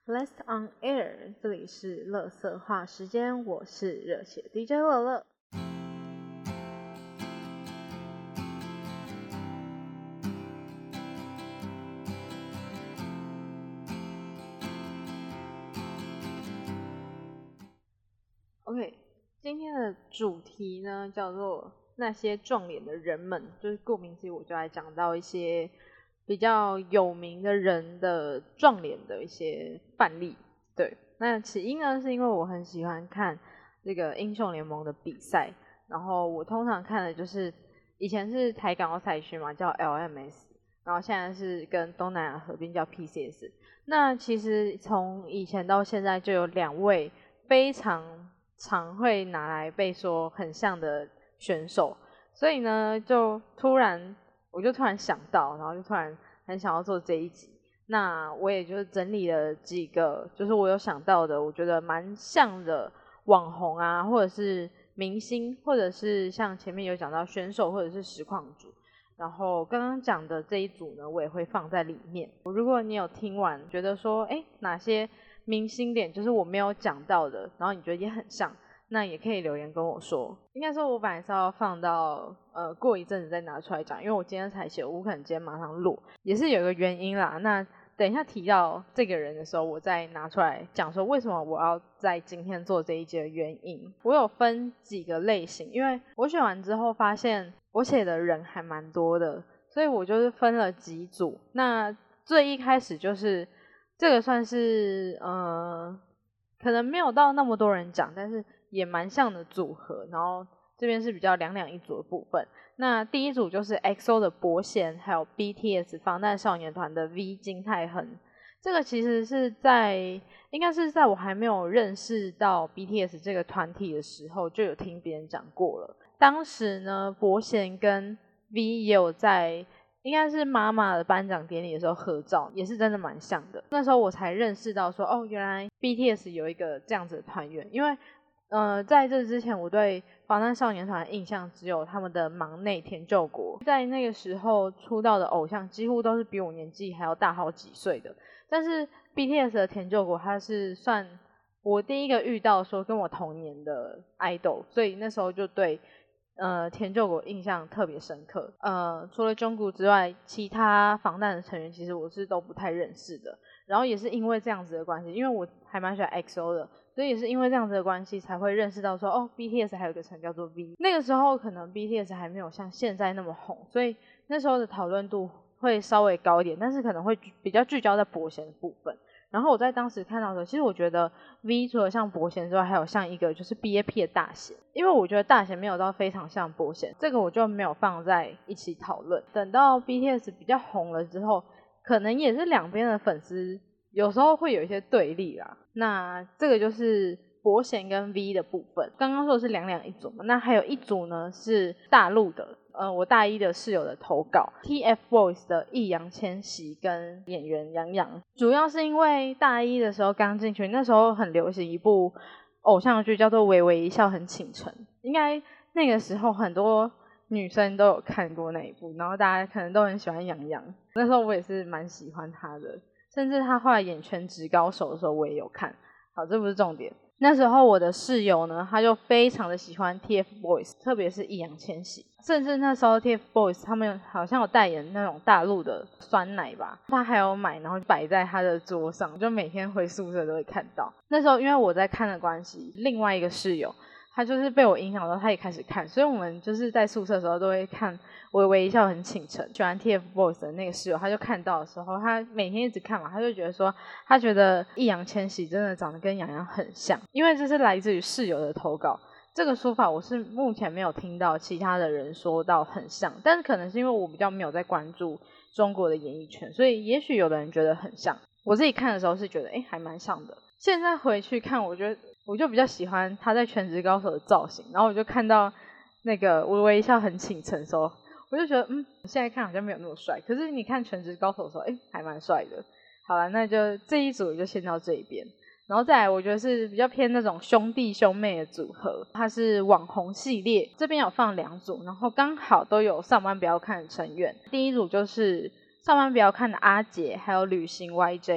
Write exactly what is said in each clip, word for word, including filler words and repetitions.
Let's on air， 这里是垃圾话时间，我是热血 D J 乐乐。OK， 今天的主题呢叫做那些撞脸的人们，就是顾名思义，我就来讲到一些比较有名的人的撞脸的一些范例。对，那起因呢是因为我很喜欢看这个英雄联盟的比赛，然后我通常看的就是以前是台港澳赛区嘛，叫 L M S， 然后现在是跟东南亚合并叫 P C S。那其实从以前到现在就有两位非常常会拿来被说很像的选手，所以呢就突然我就突然想到，然后就突然很想要做这一集。那我也就是整理了几个就是我有想到的我觉得蛮像的网红啊，或者是明星，或者是像前面有讲到选手或者是实况主，然后刚刚讲的这一组呢我也会放在里面。如果你有听完觉得说诶哪些明星脸就是我没有讲到的，然后你觉得也很像，那也可以留言跟我说。应该说我本来是要放到呃过一阵子再拿出来讲，因为我今天才写，我可能今天马上录，也是有一个原因啦。那等一下提到这个人的时候，我再拿出来讲说为什么我要在今天做这一集的原因。我有分几个类型，因为我选完之后发现我写的人还蛮多的，所以我就是分了几组。那最一开始就是这个算是呃可能没有到那么多人讲，但是也蛮像的组合，然后这边是比较两两一组的部分。那第一组就是 X O 的伯贤，还有 B T S 防弹少年团的 V 金泰亨。这个其实是在应该是在我还没有认识到 B T S 这个团体的时候就有听别人讲过了。当时呢伯贤跟 V 也有在应该是妈妈的颁奖典礼的时候合照，也是真的蛮像的。那时候我才认识到说哦原来 B T S 有一个这样子的团员，因为呃，在这之前我对防弹少年团的印象只有他们的忙内田柾国，在那个时候出道的偶像几乎都是比我年纪还要大好几岁的，但是 B T S 的田柾国他是算我第一个遇到说跟我同年的 idol， 所以那时候就对呃田柾国印象特别深刻。呃，除了Jungkook之外，其他防弹的成员其实我是都不太认识的，然后也是因为这样子的关系，因为我还蛮喜欢 X O 的，所以也是因为这样子的关系才会认识到说哦 B T S 还有一个成员叫做 V。 那个时候可能 B T S 还没有像现在那么红，所以那时候的讨论度会稍微高一点，但是可能会比较聚焦在伯贤的部分。然后我在当时看到的时候，其实我觉得 V 除了像伯贤之外，还有像一个就是 B A P 的大贤，因为我觉得大贤没有到非常像伯贤，这个我就没有放在一起讨论。等到 B T S 比较红了之后，可能也是两边的粉丝有时候会有一些对立啦。那这个就是伯贤跟 V 的部分。刚刚说的是两两一组嘛，那还有一组呢是大陆的，呃，我大一的室友的投稿 T F Boys 的易烊千玺跟演员杨洋。主要是因为大一的时候刚进去，那时候很流行一部偶像剧叫做《微微一笑很倾城》，应该那个时候很多女生都有看过那一部，然后大家可能都很喜欢杨洋，那时候我也是蛮喜欢他的，甚至他后来演全职高手的时候我也有看。好，这不是重点。那时候我的室友呢他就非常的喜欢 T F Boys， 特别是易烊千玺，甚至那时候 T F Boys 他们好像有代言那种大陆的酸奶吧，他还有买然后摆在他的桌上，就每天回宿舍都会看到。那时候因为我在看的关系，另外一个室友他就是被我影响到，他也开始看，所以我们就是在宿舍的时候都会看微微一笑很倾城。喜欢 T F Boys 的那个室友他就看到的时候，他每天一直看嘛，他就觉得说他觉得易烊千玺真的长得跟杨洋很像，因为这是来自于室友的投稿。这个说法我是目前没有听到其他的人说到很像，但是可能是因为我比较没有在关注中国的演艺圈，所以也许有的人觉得很像，我自己看的时候是觉得诶还蛮像的。现在回去看我觉得我就比较喜欢他在全职高手的造型，然后我就看到那个微微一笑很倾城的时候，我就觉得嗯现在看好像没有那么帅，可是你看全职高手的时候诶还蛮帅的。好了，那就这一组就先到这一边。然后再来我觉得是比较偏那种兄弟兄妹的组合，它是网红系列，这边有放两组，然后刚好都有上班不要看的成员。第一组就是上班不要看的阿杰还有旅行 Y J，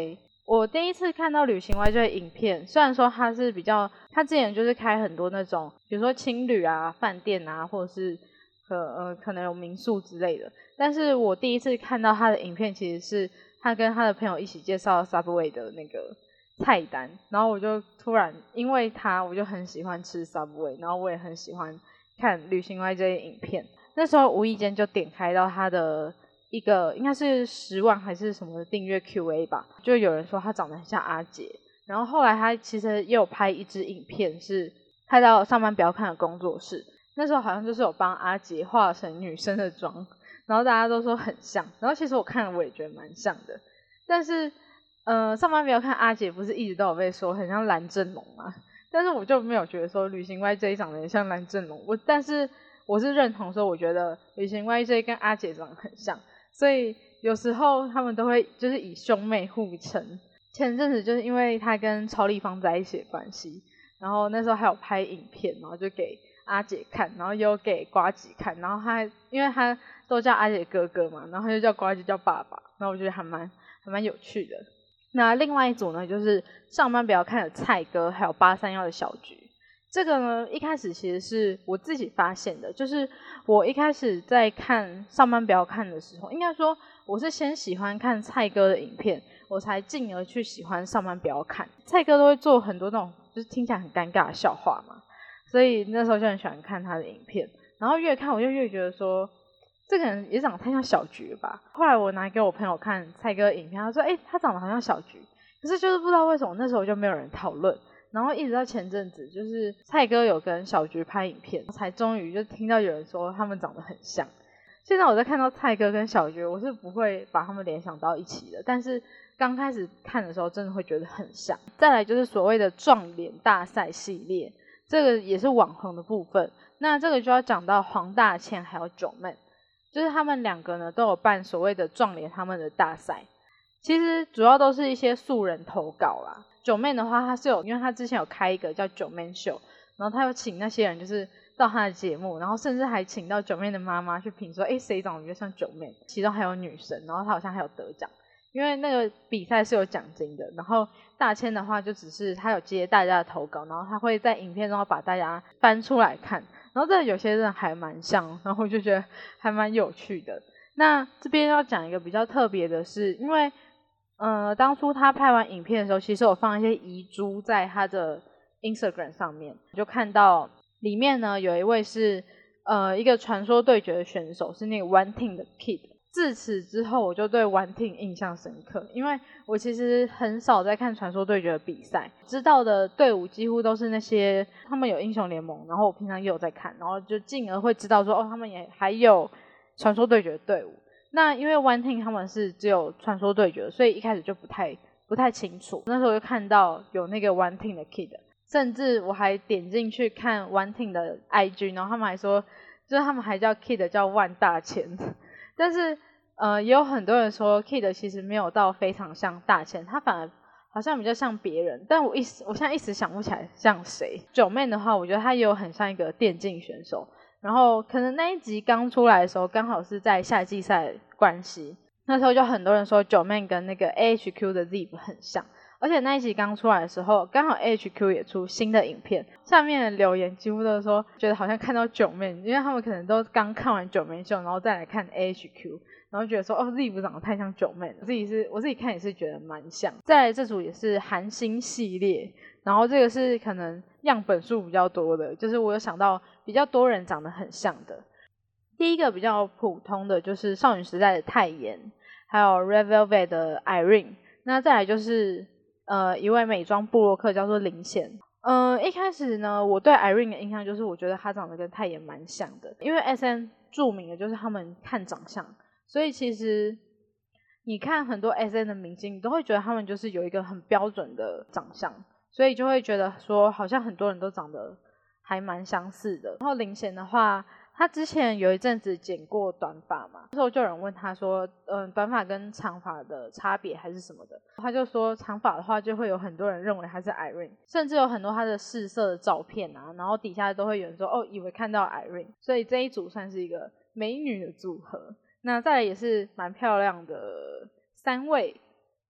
我第一次看到旅行 Y J 的影片，虽然说他是比较，他之前就是开很多那种，比如说青旅啊、饭店啊，或者是可呃可能有民宿之类的，但是我第一次看到他的影片，其实是他跟他的朋友一起介绍 Subway 的那个菜单，然后我就突然因为他，我就很喜欢吃 Subway， 然后我也很喜欢看旅行 Y J 的影片，那时候无意间就点开到他的一个应该是十万还是什么订阅 Q A 吧，就有人说他长得很像阿杰，然后后来他其实也有拍一支影片，是拍到上班不要看的工作室，那时候好像就是有帮阿杰化成女生的妆，然后大家都说很像，然后其实我看了我也觉得蛮像的，但是呃，上班不要看阿杰不是一直都有被说很像蓝正龙吗？但是我就没有觉得说旅行 Y J 长得很像蓝正龙，我但是我是认同说我觉得旅行 Y J 跟阿杰长得很像，所以有时候他们都会就是以兄妹互称。前阵子就是因为他跟超立方在一起的关系，然后那时候还有拍影片，然后就给阿姐看，然后也有给呱吉看，然后他还因为他都叫阿姐哥哥嘛，然后他就叫呱吉叫爸爸，然后我觉得还蛮还蛮有趣的。那另外一组呢，就是上班不要看的蔡哥，还有八三一的小菊。这个呢，一开始其实是我自己发现的，就是我一开始在看上班不要看的时候，应该说我是先喜欢看蔡哥的影片，我才进而去喜欢上班不要看。蔡哥都会做很多那种就是听起来很尴尬的笑话嘛，所以那时候就很喜欢看他的影片，然后越看我就越觉得说这个人也长得太像小菊吧。后来我拿给我朋友看蔡哥的影片，他说：“哎、欸，他长得好像小菊。”可是就是不知道为什么那时候就没有人讨论。然后一直到前阵子，就是蔡哥有跟小菊拍影片，才终于就听到有人说他们长得很像。现在我在看到蔡哥跟小菊，我是不会把他们联想到一起的，但是刚开始看的时候真的会觉得很像。再来就是所谓的撞脸大赛系列，这个也是网红的部分。那这个就要讲到黄大千还有九妹，就是他们两个呢都有办所谓的撞脸他们的大赛，其实主要都是一些素人投稿啦。九妹的话，她是有，因为她之前有开一个叫九妹秀，然后她有请那些人就是到她的节目，然后甚至还请到九妹的妈妈去评说，哎，谁长得比较像九妹？其中还有女生，然后她好像还有得奖，因为那个比赛是有奖金的。然后大千的话，就只是她有接大家的投稿，然后她会在影片中把大家翻出来看，然后这有些人还蛮像，然后我就觉得还蛮有趣的。那这边要讲一个比较特别的是，因为呃，当初他拍完影片的时候，其实有放一些遗珠在他的 Instagram 上面，就看到里面呢有一位是呃一个传说对决的选手，是那个 One Team 的 Kid。自此之后，我就对 One Team 印象深刻，因为我其实很少在看传说对决的比赛，知道的队伍几乎都是那些他们有英雄联盟，然后我平常也有在看，然后就进而会知道说哦，他们也还有传说对决的队伍。那因为 One Team 他们是只有传说对决，所以一开始就不太不太清楚。那时候就看到有那个 One Team 的 Kid， 甚至我还点进去看 One Team 的 I G， 然后他们还说，就是他们还叫 Kid 叫万大千，但是呃也有很多人说 Kid 其实没有到非常像大千，他反而好像比较像别人，但我一时我现在一时想不起来像谁。九妹的话，我觉得她也有很像一个电竞选手。然后可能那一集刚出来的时候，刚好是在夏季赛的关系，那时候就很多人说九妹跟那个 A H Q 的 Zip 很像，而且那一集刚出来的时候，刚好 A H Q 也出新的影片，下面的留言几乎都是说觉得好像看到九妹，因为他们可能都刚看完九妹秀，然后再来看 A H Q， 然后觉得说哦 Zip 长得太像九妹了，我自己是我自己看也是觉得蛮像。再来这组也是韩星系列，然后这个是可能样本数比较多的，就是我有想到比较多人长得很像的。第一个比较普通的就是少女时代的泰妍，还有 Red Velvet 的 Irene， 那再来就是呃一位美妆部落客叫做林贤。呃一开始呢，我对 Irene 的印象就是我觉得她长得跟泰妍蛮像的，因为 S M 著名的就是他们看长相，所以其实你看很多 S M 的明星，你都会觉得他们就是有一个很标准的长相，所以就会觉得说好像很多人都长得还蛮相似的。然后林贤的话，他之前有一阵子剪过短发嘛，那时候就有人问他说嗯，短发跟长发的差别还是什么的，他就说长发的话就会有很多人认为他是 Irene， 甚至有很多他的试色的照片啊，然后底下都会有人说哦，以为看到 Irene， 所以这一组算是一个美女的组合。那再来也是蛮漂亮的三位，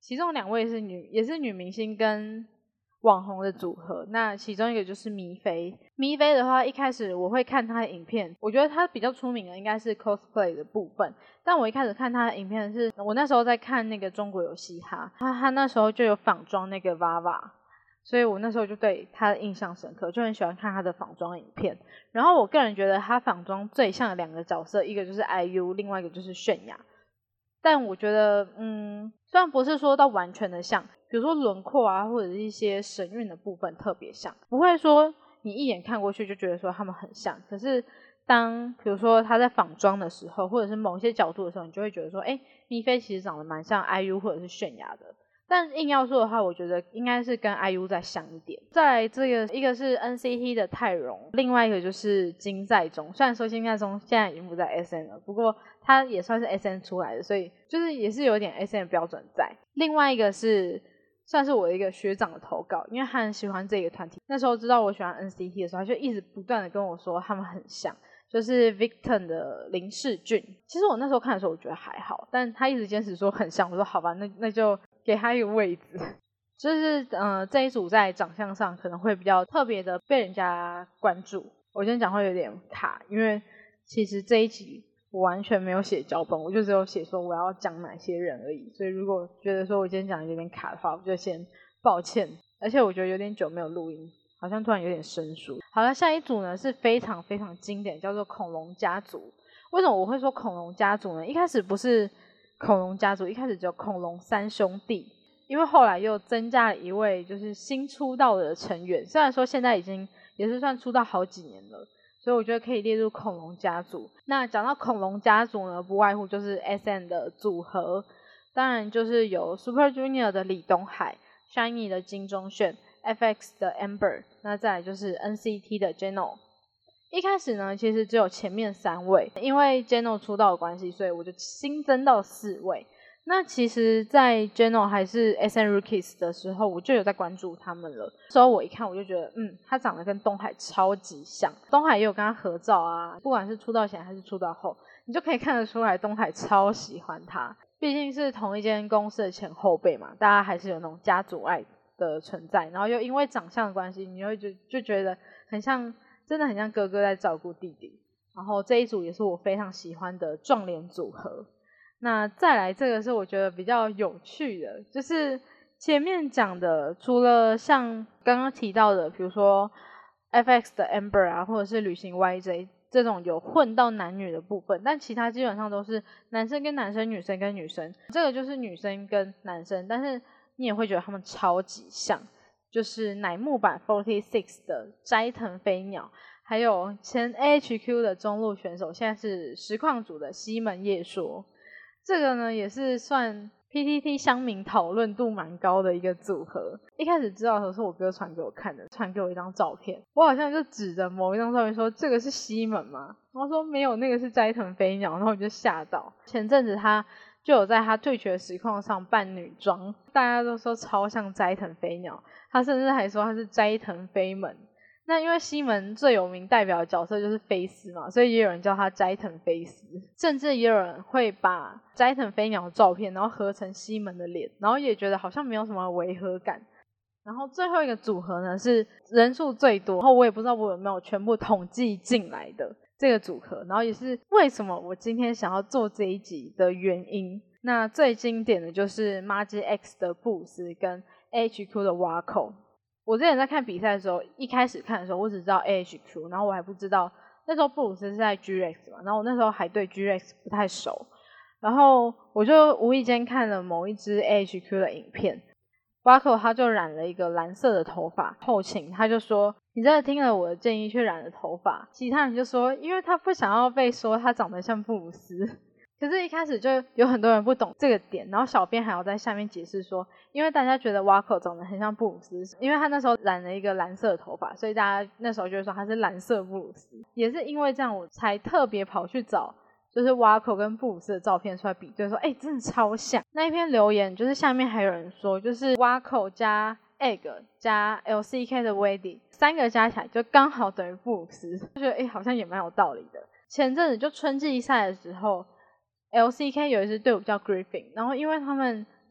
其中两位是女，也是女明星跟网红的组合。那其中一个就是咪菲。咪菲的话，一开始我会看她的影片，我觉得她比较出名的应该是 cosplay 的部分。但我一开始看她的影片是，我那时候在看那个中国有嘻哈，她她那时候就有仿妆那个 Vava， 所以我那时候就对她的印象深刻，就很喜欢看她的仿妆影片。然后我个人觉得她仿妆最像的两个角色，一个就是 I U， 另外一个就是泫雅。但我觉得，嗯，虽然不是说到完全的像，比如说轮廓啊，或者是一些神韵的部分特别像，不会说你一眼看过去就觉得说他们很像。可是当比如说他在仿妆的时候，或者是某些角度的时候，你就会觉得说，哎，咪菲其实长得蛮像 I U 或者是泫雅的。但硬要说的话，我觉得应该是跟 I U 再像一点。再来这个，一个是 N C T 的泰容，另外一个就是金在中。虽然说金在中现在已经不在 S M 了，不过他也算是 S M 出来的，所以就是也是有点 S M 标准在。另外一个是算是我的一个学长的投稿，因为他很喜欢这个团体。那时候知道我喜欢 N C T 的时候，他就一直不断的跟我说他们很像，就是 Victon 的林世俊。其实我那时候看的时候我觉得还好，但他一直坚持说很像，我说好吧，那那就给他一个位置。就是呃这一组在长相上可能会比较特别的被人家关注。我今天讲会有点卡，因为其实这一集我完全没有写脚本，我就只有写说我要讲哪些人而已。所以如果觉得说我今天讲的有点卡的话，我就先抱歉。而且我觉得有点久没有录音，好像突然有点生疏。好了，下一组呢是非常非常经典，叫做恐龙家族。为什么我会说恐龙家族呢？一开始不是恐龙家族，一开始只有恐龙三兄弟，因为后来又增加了一位就是新出道的成员，虽然说现在已经也是算出道好几年了，所以我觉得可以列入恐龙家族。那讲到恐龙家族呢，不外乎就是 S M 的组合，当然就是有 Super Junior 的李东海、Shiny 的金钟铉、F X 的 Amber， 那再来就是 N C T 的 Jeno。一开始呢，其实只有前面三位，因为 Jeno 出道的关系，所以我就新增到四位。那其实在 Jeno 还是 S M Rookies 的时候，我就有在关注他们了。那时候我一看我就觉得，嗯，他长得跟东海超级像。东海也有跟他合照啊，不管是出道前还是出道后，你就可以看得出来东海超喜欢他。毕竟是同一间公司的前后辈嘛，大家还是有那种家族爱的存在。然后又因为长相的关系，你会就就觉得很像，真的很像哥哥在照顾弟弟。然后这一组也是我非常喜欢的撞脸组合。那再来这个是我觉得比较有趣的，就是前面讲的除了像刚刚提到的比如说 F X 的 Amber 啊，或者是旅行 Y J 这种有混到男女的部分，但其他基本上都是男生跟男生，女生跟女生。这个就是女生跟男生，但是你也会觉得他们超级像，就是乃木坂四十六的斋藤飞鸟，还有前 A H Q 的中路选手，现在是实况组的西门叶说。这个呢也是算 P T T 乡民讨论度蛮高的一个组合。一开始知道的时候是我哥传给我看的，传给我一张照片，我好像就指着某一张照片说这个是西门吗？然后说没有，那个是斋藤飞鸟，然后我就吓到。前阵子他就有在他退学实况上扮女装，大家都说超像斋藤飞鸟，他甚至还说他是斋藤飞门。那因为西门最有名代表的角色就是飞丝嘛，所以也有人叫他斋藤飞丝，甚至也有人会把斋藤飞鸟的照片然后合成西门的脸，然后也觉得好像没有什么违和感。然后最后一个组合呢是人数最多，然后我也不知道我有没有全部统计进来的这个组合，然后也是为什么我今天想要做这一集的原因。那最经典的就是 Magic X 的布鲁斯跟 A H Q 的 Wako。我之前在看比赛的时候，一开始看的时候我只知道 A H Q， 然后我还不知道那时候布鲁斯是在 G X 嘛，然后我那时候还对 G X 不太熟，然后我就无意间看了某一支 A H Q 的影片， Wako 他就染了一个蓝色的头发，后勤他就说你真的听了我的建议去染了头发，其他人就说因为他不想要被说他长得像布鲁斯。可是一开始就有很多人不懂这个点，然后小编还要在下面解释说，因为大家觉得 Wako 长得很像布鲁斯，因为他那时候染了一个蓝色的头发，所以大家那时候就会说他是蓝色布鲁斯。也是因为这样我才特别跑去找就是 Wako 跟布鲁斯的照片出来比对，说哎、欸，真的超像。那一篇留言就是下面还有人说，就是 Wako 加 Egg 加 L C K 的 Wendy 三个加起来就刚好等于布鲁斯，就觉得哎、欸，好像也蛮有道理的。前阵子就春季赛的时候，L C K 有一支队伍叫 Griffin， 然后因为他们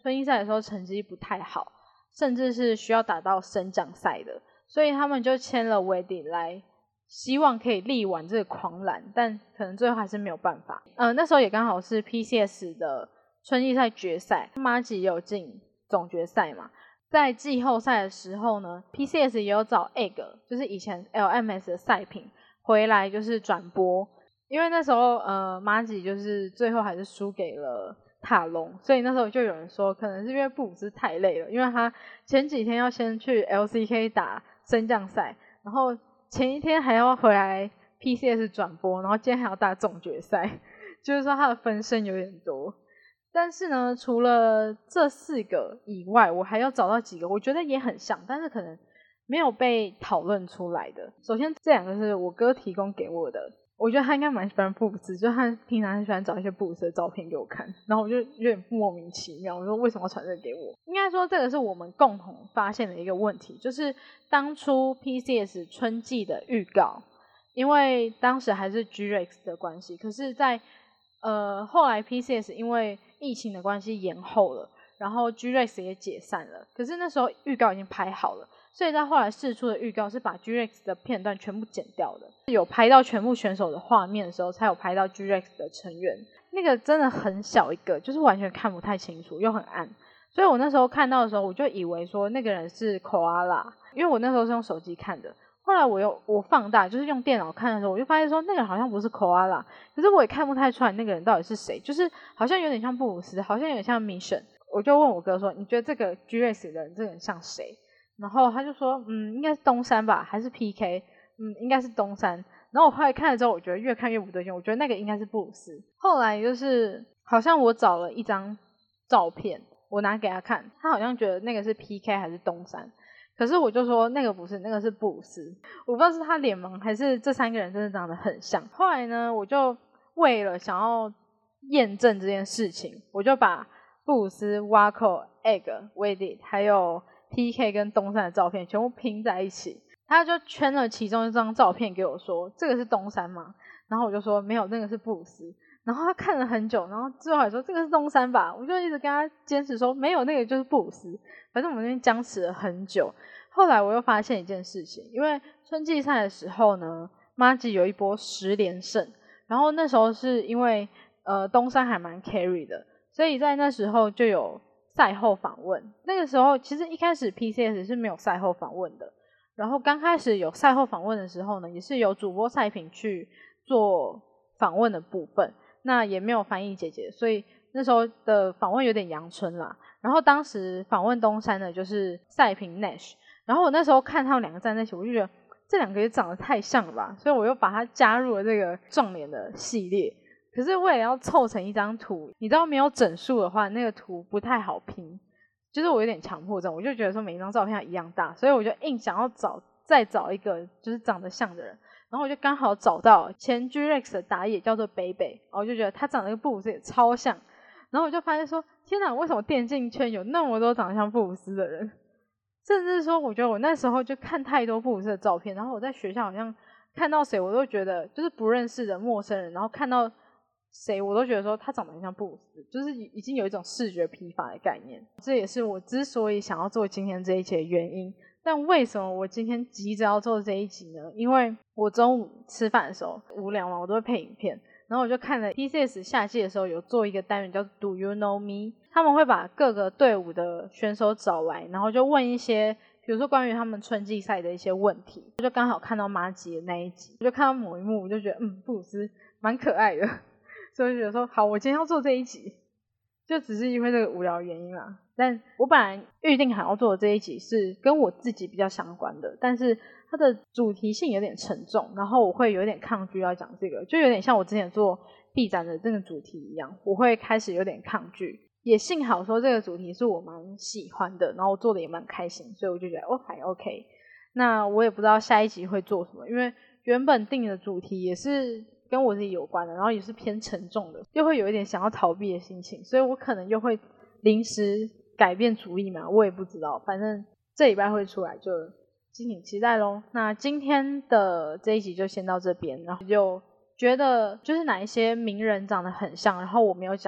春季赛的时候成绩不太好，甚至是需要打到升降赛的，所以他们就签了维迪来希望可以力挽这个狂澜，但可能最后还是没有办法。呃，那时候也刚好是 P C S 的春季赛决赛，麻吉也有进总决赛嘛。在季后赛的时候呢 ，P C S 也有找 Egg， 就是以前 L M S 的赛评回来就是转播，因为那时候呃麻吉就是最后还是输给了塔隆，所以那时候就有人说可能是因为布鲁斯太累了，因为他前几天要先去 L C K 打升降赛，然后前一天还要回来 P C S 转播，然后今天还要打总决赛，就是说他的分身有点多。但是呢，除了这四个以外，我还要找到几个我觉得也很像，但是可能没有被讨论出来的。首先这两个是我哥提供给我的，我觉得他应该蛮喜欢布鲁斯，就他平常很喜欢找一些布鲁斯的照片给我看，然后我就有点莫名其妙，我说为什么要传这个给我？应该说这个是我们共同发现的一个问题，就是当初 P C S 春季的预告，因为当时还是 G R E X 的关系，可是在呃后来 P C S 因为疫情的关系延后了，然后 G R E X 也解散了，可是那时候预告已经拍好了，所以在后来释出的预告是把 G R E X 的片段全部剪掉的，有拍到全部选手的画面的时候才有拍到 G R E X 的成员，那个真的很小一个，就是完全看不太清楚又很暗，所以我那时候看到的时候我就以为说那个人是 Koala， 因为我那时候是用手机看的，后来我有我放大就是用电脑看的时候，我就发现说那个人好像不是 Koala， 可是我也看不太出来那个人到底是谁，就是好像有点像布鲁斯，好像有点像 Mission， 我就问我哥说你觉得这个 G R E X 的人这个人像谁，然后他就说嗯应该是东山吧，还是 P K， 嗯应该是东山，然后我后来看了之后我觉得越看越不对劲，我觉得那个应该是布鲁斯，后来就是好像我找了一张照片我拿给他看，他好像觉得那个是 P K 还是东山，可是我就说那个不是，那个是布鲁斯，我不知道是他脸盲还是这三个人真的长得很像。后来呢我就为了想要验证这件事情，我就把布鲁斯、Wako、Egg、Wedit 还有 P K 跟东山的照片全部拼在一起，他就圈了其中一张照片给我说这个是东山吗？然后我就说没有，那个是布鲁斯，然后他看了很久，然后最后还说这个是东山吧，我就一直跟他坚持说没有，那个就是布鲁斯，反正我们那边僵持了很久。后来我又发现一件事情，因为春季赛的时候呢麻吉有一波十连胜，然后那时候是因为呃东山还蛮 carry 的，所以在那时候就有赛后访问，那个时候其实一开始 P C S 是没有赛后访问的，然后刚开始有赛后访问的时候呢也是有主播赛评去做访问的部分，那也没有翻译姐姐，所以那时候的访问有点阳春啦。然后当时访问东山的就是赛评 Nash， 然后我那时候看他们两个站在一起，我就觉得这两个也长得太像了吧，所以我又把它加入了这个撞脸的系列。可是为了要凑成一张图，你知道没有整数的话那个图不太好拼，就是我有点强迫症，我就觉得说每一张照片一样大，所以我就硬想要找再找一个就是长得像的人，然后我就刚好找到前 G R E X 的打野叫做北北，然后我就觉得他长得跟布鲁斯也超像，然后我就发现说天哪，为什么电竞圈有那么多长得像布鲁斯的人，甚至说我觉得我那时候就看太多布鲁斯的照片，然后我在学校好像看到谁我都觉得就是不认识的陌生人，然后看到谁我都觉得说他长得很像布鲁斯，就是已经有一种视觉疲乏的概念，这也是我之所以想要做今天这一集的原因。但为什么我今天急着要做这一集呢？因为我中午吃饭的时候无聊嘛，我都会配影片，然后我就看了 P C S 夏季的时候有做一个单元叫 Do You Know Me， 他们会把各个队伍的选手找来，然后就问一些比如说关于他们春季赛的一些问题，我就刚好看到麻吉的那一集，我就看到某一幕我就觉得嗯布鲁斯蛮可爱的，所以我就觉得说好我今天要做这一集，就只是因为这个无聊原因啦。但我本来预定好要做的这一集是跟我自己比较相关的，但是它的主题性有点沉重，然后我会有点抗拒要讲这个，就有点像我之前做 B 展的这个主题一样，我会开始有点抗拒，也幸好说这个主题是我蛮喜欢的，然后我做的也蛮开心，所以我就觉得哦还 OK。 那我也不知道下一集会做什么，因为原本定的主题也是跟我自己有关的，然后也是偏沉重的，又会有一点想要逃避的心情，所以我可能又会临时改变主意嘛，我也不知道，反正这礼拜会出来，就敬请期待咯。那今天的这一集就先到这边，然后就觉得就是哪一些名人长得很像，然后我没有讲，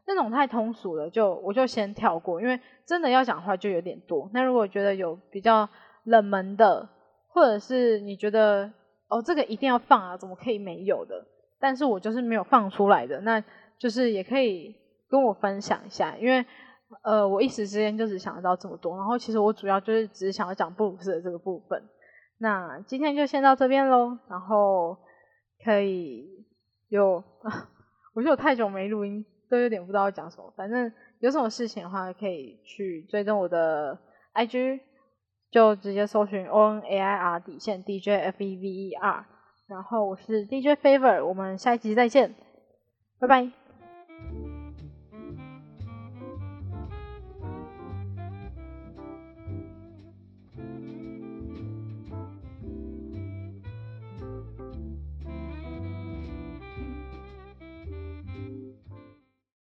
那种太通俗了就我就先跳过，因为真的要讲的话就有点多。那如果觉得有比较冷门的，或者是你觉得哦这个一定要放啊，怎么可以没有的，但是我就是没有放出来的，那就是也可以跟我分享一下，因为呃我一时之间就只想得到这么多，然后其实我主要就是只是想要讲布鲁斯的这个部分。那今天就先到这边咯，然后可以有我觉得我太久没录音都有点不知道讲什么，反正有什么事情的话可以去追踪我的 I G， 就直接搜寻 O N A I R 底线 D J F E V E R， 然后我是 D J Favor， 我们下一集再见，拜拜。